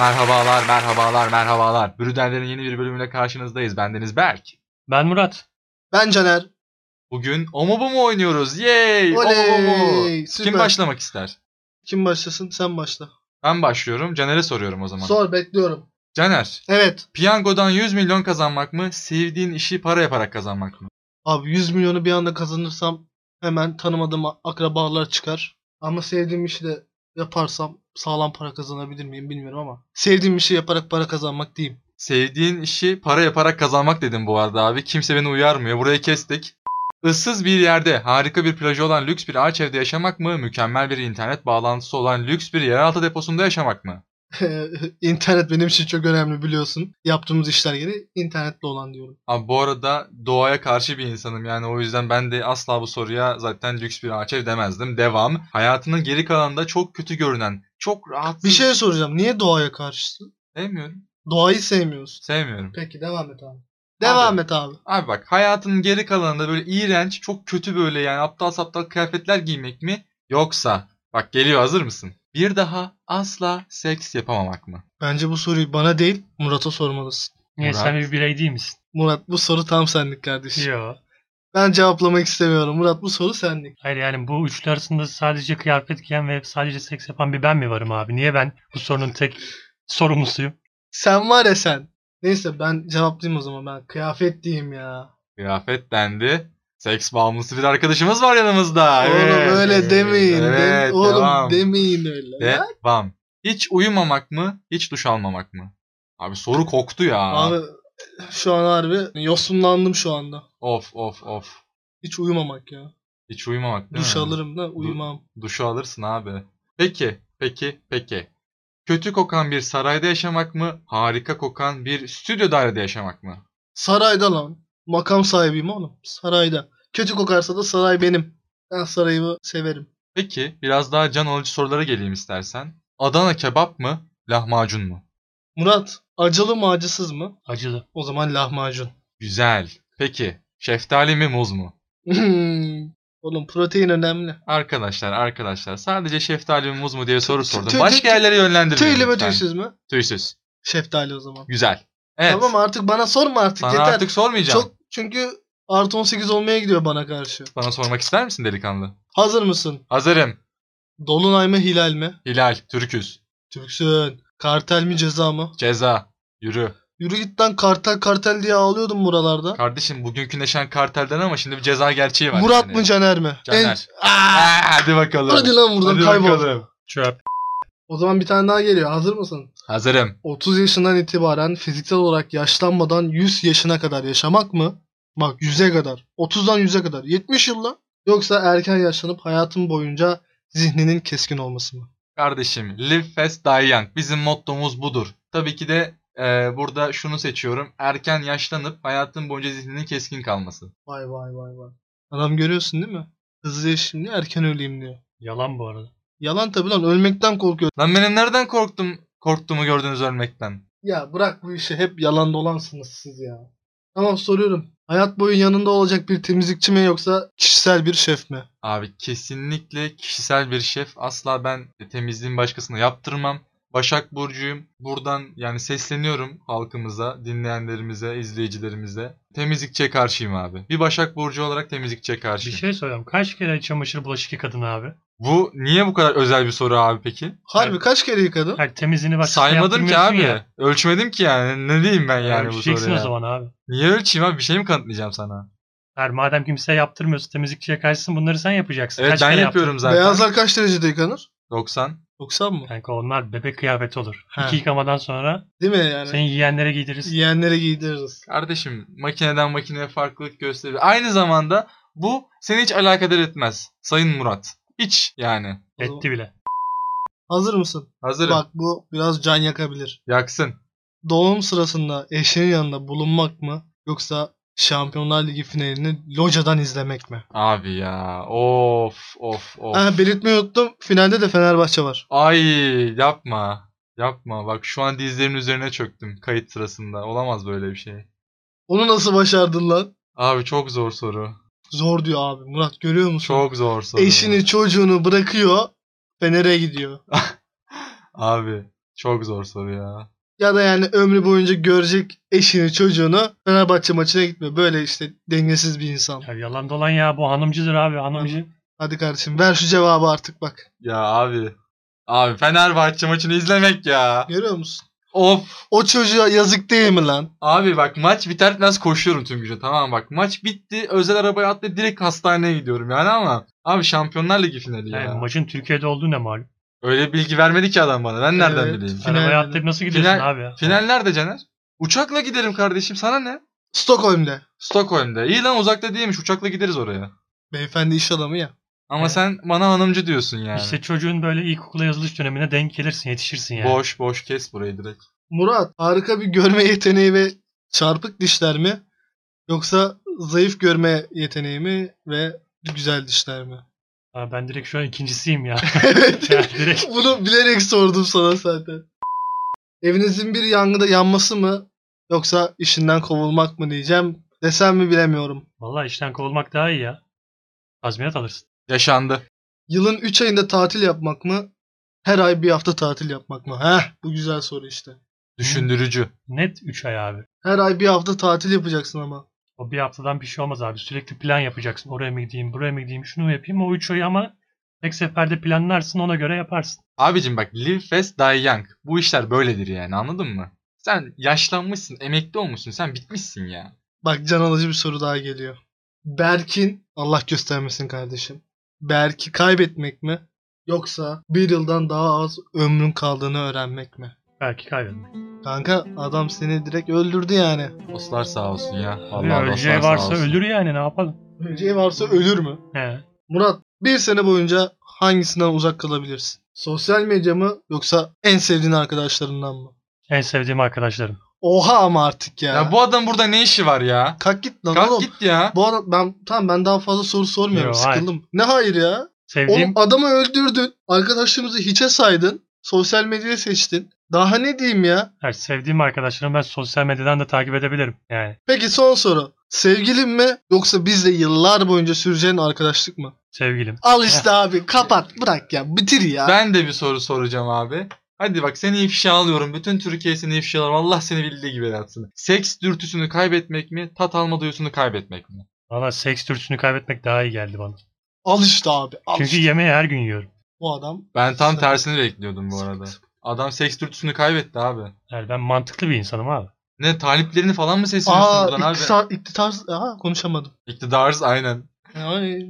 Merhabalar, merhabalar, merhabalar. Brüderlerin yeni bir bölümüyle karşınızdayız. Bendeniz Berk. Ben Murat. Ben Caner. Bugün o mu bu mu oynuyoruz? Yay! O mu bu mu? Oley! Süper. Kim başlamak ister? Kim başlasın? Sen başla. Ben başlıyorum. Caner'e soruyorum o zaman. Sor, bekliyorum. Caner, Evet. piyangodan 100 milyon kazanmak mı, sevdiğin işi para yaparak kazanmak mı? Abi 100 milyonu bir anda kazanırsam hemen tanımadığım akrabalar çıkar. Ama sevdiğim işi de yaparsam sağlam para kazanabilir miyim bilmiyorum ama. Sevdiğim işi yaparak para kazanmak diyeyim. Sevdiğin işi para yaparak kazanmak dedim bu arada abi. Kimse beni uyarmıyor. Burayı kestik. Issız bir yerde harika bir plajı olan lüks bir ağaç evde yaşamak mı, mükemmel bir internet bağlantısı olan lüks bir yeraltı deposunda yaşamak mı? İnternet benim için çok önemli biliyorsun. Yaptığımız işler gereği internetle olan diyorum. Abi bu arada doğaya karşı bir insanım yani o yüzden ben de asla bu soruya zaten lüks bir ağaç ev demezdim. Devam. Hayatının geri kalanında çok kötü görünen, çok rahatsız... Bir şey soracağım. Niye doğaya karşısın? Sevmiyorum. Doğayı sevmiyorsun. Sevmiyorum. Peki devam et abi. Devam et abi. Abi bak hayatının geri kalanında böyle iğrenç, çok kötü böyle yani aptal saptal kıyafetler giymek mi? Yoksa bak geliyor hazır mısın? Bir daha asla seks yapamamak mı? Bence bu soruyu bana değil Murat'a sormalısın. Niye Murat. sen bir birey değil misin? Murat bu soru tam senlik kardeşim. Yo. Ben cevaplamak istemiyorum. Murat bu soru senlik. Hayır yani bu üçlü arasında sadece kıyafet giyen ve sadece seks yapan bir ben mi varım abi? Niye ben bu sorunun tek sorumlusuyum? Sen var ya sen. Neyse ben cevaplayayım o zaman. Ben kıyafet diyeyim ya. Kıyafet dendi. Seks bağımlısı bir arkadaşımız var yanımızda. Oğlum Evet. öyle demeyin. Evet, Oğlum devam. demeyin öyle. Ha? Devam. Hiç uyumamak mı? Hiç duş almamak mı? Abi soru koktu ya. Abi şu an harbi yosunlandım şu anda. Of. Hiç uyumamak ya. Hiç uyumamak değil Duş mi? alırım da uyumam. Duşu alırsın abi. Peki. Kötü kokan bir sarayda yaşamak mı? Harika kokan bir stüdyo dairede yaşamak mı? Sarayda lan. Makam sahibiyim oğlum. Sarayda. Kötü kokarsa da saray benim. Ben sarayımı severim. Peki biraz daha can alıcı sorulara geleyim istersen. Adana kebap mı? Lahmacun mu? Murat acılı mı acısız mı? Acılı. O zaman lahmacun. Güzel. Peki şeftali mi muz mu? Oğlum protein önemli. Arkadaşlar sadece şeftali mi muz mu diye soru sordum. tüy- Başka yerlere yönlendirmeyin Tüylü mü lütfen. tüysüz mü? Tüysüz. Şeftali o zaman. Güzel. Evet. Tamam artık bana sorma artık Sana yeter. artık sormayacağım. Çok çünkü artı 18 olmaya gidiyor bana karşı. Bana sormak ister misin delikanlı? Hazır mısın? Hazırım. Dolunay mı hilal mi? Hilal, Türküz. Türksün. Kartel mi ceza mı? Ceza. Yürü. Yürü git lan kartel diye ağlıyordum buralarda. Kardeşim bugünkü neşen kartelden ama şimdi bir ceza gerçeği var. Murat yani. mı Caner mi? Caner. Aa! Hadi bakalım. Hadi lan buradan Hadi kaybol. bakalım. Çöp. O zaman bir tane daha geliyor. Hazır mısın? Hazırım. 30 yaşından itibaren fiziksel olarak yaşlanmadan 100 yaşına kadar yaşamak mı? Bak 100'e kadar. 30'dan 100'e kadar. 70 yılla. Yoksa erken yaşlanıp hayatın boyunca zihninin keskin olması mı? Kardeşim live fast die young. Bizim mottomuz budur. Tabii ki de burada şunu seçiyorum. Erken yaşlanıp hayatın boyunca zihninin keskin kalması. Vay. Adam görüyorsun değil mi? Hızlı yaşayayım diyor, erken öleyim diyor. Yalan bu arada. Yalan tabii lan, ölmekten korkuyor. Lan benim nereden korktuğumu gördünüz ölmekten. Ya bırak bu işi, hep yalan dolansınız siz ya. Tamam, soruyorum. Hayat boyu yanında olacak bir temizlikçi mi yoksa kişisel bir şef mi? Abi kesinlikle kişisel bir şef. Asla ben temizliğin başkasına yaptırmam. Başak Burcu'yum. Buradan yani sesleniyorum halkımıza, dinleyenlerimize, izleyicilerimize. Temizlikçiye karşıyım abi. Bir Başak Burcu olarak temizlikçiye Bir karşıyım. şey soracağım. Kaç kere çamaşır bulaşık yıkadın abi? Bu niye bu kadar özel bir soru abi peki? Harbi Evet. kaç kere yıkadın? Hayır temizliğini başkasına Saymadım ki yaptırmıyorsun abi. ya. Ölçmedim ki yani. Ne diyeyim ben yani bu Ölçeceksin soruya? o zaman abi. Niye ölçeyim abi? Bir şey mi kanıtlayacağım sana? Hayır madem kimseye yaptırmıyorsun temizlikçiye karşısın bunları sen yapacaksın. Evet Kaç ben kere yapıyorum zaten. Beyazlar kaç derecede yıkanır? 90. 90 mı? yaptın? Kanka onlar bebek kıyafeti olur. Ha. 2 yıkamadan sonra Değil mi yani? seni yiyenlere giydiririz. Yeğenlere giydiririz. Kardeşim makineden makineye farklılık gösterir. Aynı zamanda bu seni hiç alakadar etmez. Sayın Murat. Hiç yani. Etti bile. Hazır mısın? Hazırım. Bak bu biraz can yakabilir. Yaksın. Doğum sırasında eşinin yanında bulunmak mı yoksa Şampiyonlar Ligi finalini locadan izlemek mi? Abi ya. Of. Ha, belirtmeyi unuttum. Finalde de Fenerbahçe var. Ay yapma. Yapma. Bak şu an dizlerimin üzerine çöktüm kayıt sırasında. Olamaz böyle bir şey. Onu nasıl başardın lan? Abi çok zor soru. Zor diyor abi. Murat görüyor musun? Çok zor soru. Eşini çocuğunu bırakıyor. Fener'e gidiyor. Abi Çok zor soru ya. Ya da yani ömrü boyunca görecek eşini çocuğunu Fenerbahçe maçına gitmiyor. Böyle işte dengesiz bir insan. Ya yalan dolan ya, bu hanımcıdır abi, hanımcı. Hadi kardeşim ver şu cevabı artık bak. Ya abi. Abi Fenerbahçe maçını izlemek ya. Görüyor musun? Of. O çocuğa yazık değil mi lan? Abi bak maç biter bitmez koşuyorum tüm güce, tamam mı? Bak maç bitti, özel arabaya atlayıp direkt hastaneye gidiyorum yani, ama abi Şampiyonlar Ligi finali ya. Yani maçın Türkiye'de olduğu ne malum. Öyle bilgi vermedi ki adam bana, ben nereden Evet. bileyim? Final Arabaya dedi. atlayıp nasıl gidiyorsun Final- abi ya? Final nerede Caner? Uçakla giderim kardeşim, sana ne? Stockholm'de. Stockholm'de. İyi lan, uzakta değilmiş, uçakla gideriz oraya. Beyefendi iş adamı ya. Ama Evet. sen bana hanımcı diyorsun yani. İşte çocuğun böyle ilkokula yazılış dönemine denk gelirsin, yetişirsin yani. Boş boş kes burayı direkt. Murat harika bir görme yeteneği ve çarpık dişler mi? Yoksa zayıf görme yeteneği mi ve güzel dişler mi? Ha, ben direkt şu an ikincisiyim ya. Evet. Yani direkt Bunu bilerek sordum sana zaten. Evinizin bir yangında yanması mı? Yoksa işinden kovulmak mı diyeceğim. Desem mi bilemiyorum. vallahi işten kovulmak daha iyi ya. Tazminat alırsın. Yaşandı. Yılın 3 ayında tatil yapmak mı? Her ay bir hafta tatil yapmak mı? Bu güzel soru işte. Düşündürücü. Net 3 ay abi. Her ay bir hafta tatil yapacaksın ama. O bir haftadan bir şey olmaz abi. Sürekli plan yapacaksın. Oraya mı gideyim, buraya mı gideyim, şunu mu yapayım. O 3 ayı ama tek seferde planlarsın, ona göre yaparsın. Abicim bak, live fast die young. Bu işler böyledir yani, anladın mı? Sen yaşlanmışsın, emekli olmuşsun, sen bitmişsin ya. Bak can alıcı bir soru daha geliyor. Berk'in, Allah göstermesin kardeşim. Berk'i kaybetmek mi? Yoksa bir yıldan daha az ömrün kaldığını öğrenmek mi? Belki kaybetmek. Kanka adam seni direkt öldürdü yani. Dostlar sağ olsun ya. Abi Vallahi öleceği dostlar sağ varsa olsun. ölür yani, ne yapalım. Öleceği varsa ölür mü? He. Murat, bir sene boyunca hangisinden uzak kalabilirsin? Sosyal medya mı yoksa en sevdiğin arkadaşlarından mı? En sevdiğim arkadaşlarım. Oha ama artık ya. Ya bu adam burada ne işi var ya? Kalk git lan Kalk oğlum. git ya. Bu adam ben daha fazla soru sormuyorum. Yo, hayır. Sıkıldım. Ne hayır ya? Sevdiğim Oğlum adamı öldürdün. Arkadaşlarımızı hiçe saydın. Sosyal medyayı seçtin. Daha ne diyeyim ya? her sevdiğim arkadaşlarımı ben sosyal medyadan da takip edebilirim. Yani Peki son soru. Sevgilin mi yoksa bizle yıllar boyunca süreceğin arkadaşlık mı? sevgilim. Al işte abi kapat bırak ya bitir ya. Ben de bir soru soracağım abi. Hadi bak, seni ifşa alıyorum. Bütün Türkiye seni ifşa alır. Allah seni bildiği gibi yapsın. Seks dürtüsünü kaybetmek mi? Tat alma duyusunu kaybetmek mi? Valla seks dürtüsünü kaybetmek daha iyi geldi bana. Al işte abi. Al Çünkü işte. yemeği her gün yiyorum. Bu adam. Ben tam Sıkıntı. tersini bekliyordum bu arada. Adam seks dürtüsünü kaybetti abi. Yani ben mantıklı bir insanım abi. Ne, taliplerini falan mı sesleniyorsun buradan abi? İktidar. Konuşamadım. İktidarız aynen. Ay.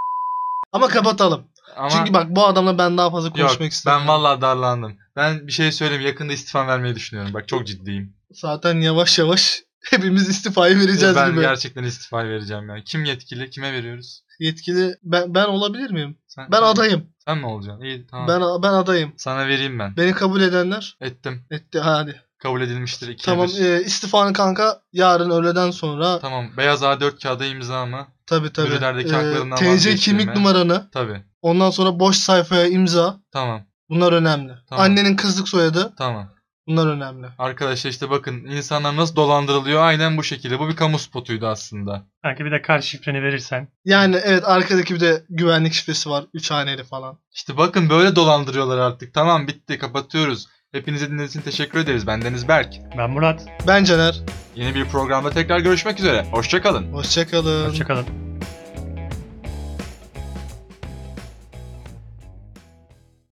Ama kapatalım. Ama Çünkü bak bu adamla ben daha fazla konuşmak yok, istemiyorum. ben vallahi darlandım. Ben bir şey söyleyeyim, yakında istifa vermeyi düşünüyorum. Bak çok ciddiyim. Zaten yavaş yavaş hepimiz istifayı vereceğiz Ben gibi. gerçekten istifa vereceğim yani. Kim yetkili? Kime veriyoruz? Yetkili ben olabilir miyim? Sen, Ben adayım. Sen mi olacaksın? İyi tamam. Ben adayım. Sana vereyim ben. Beni kabul edenler Ettim. etti hadi. Kabul edilmiştir. 2'ye Tamam 1. istifanı kanka yarın öğleden sonra Tamam. Beyaz A4 kağıda imza mı? tabii. Bürülerdeki haklarından TC vazgeçtirme. kimlik numaranı Tabii. ondan sonra boş sayfaya imza. Tamam. Bunlar önemli. Tamam. Annenin kızlık soyadı Tamam. bunlar önemli. Arkadaşlar işte bakın, insanlar nasıl dolandırılıyor, aynen bu şekilde. Bu bir kamu spotuydu aslında. Sanki bir de kart şifreni verirsen. Yani evet arkadaki bir de güvenlik şifresi var. 3 haneli falan. İşte bakın böyle dolandırıyorlar artık. Tamam, bitti, kapatıyoruz. Hepinize dinlediğiniz için teşekkür ederiz. Ben Deniz Berk. Ben Murat. Ben Caner. Yeni bir programda tekrar görüşmek üzere. Hoşça kalın. Hoşçakalın. Hoşçakalın.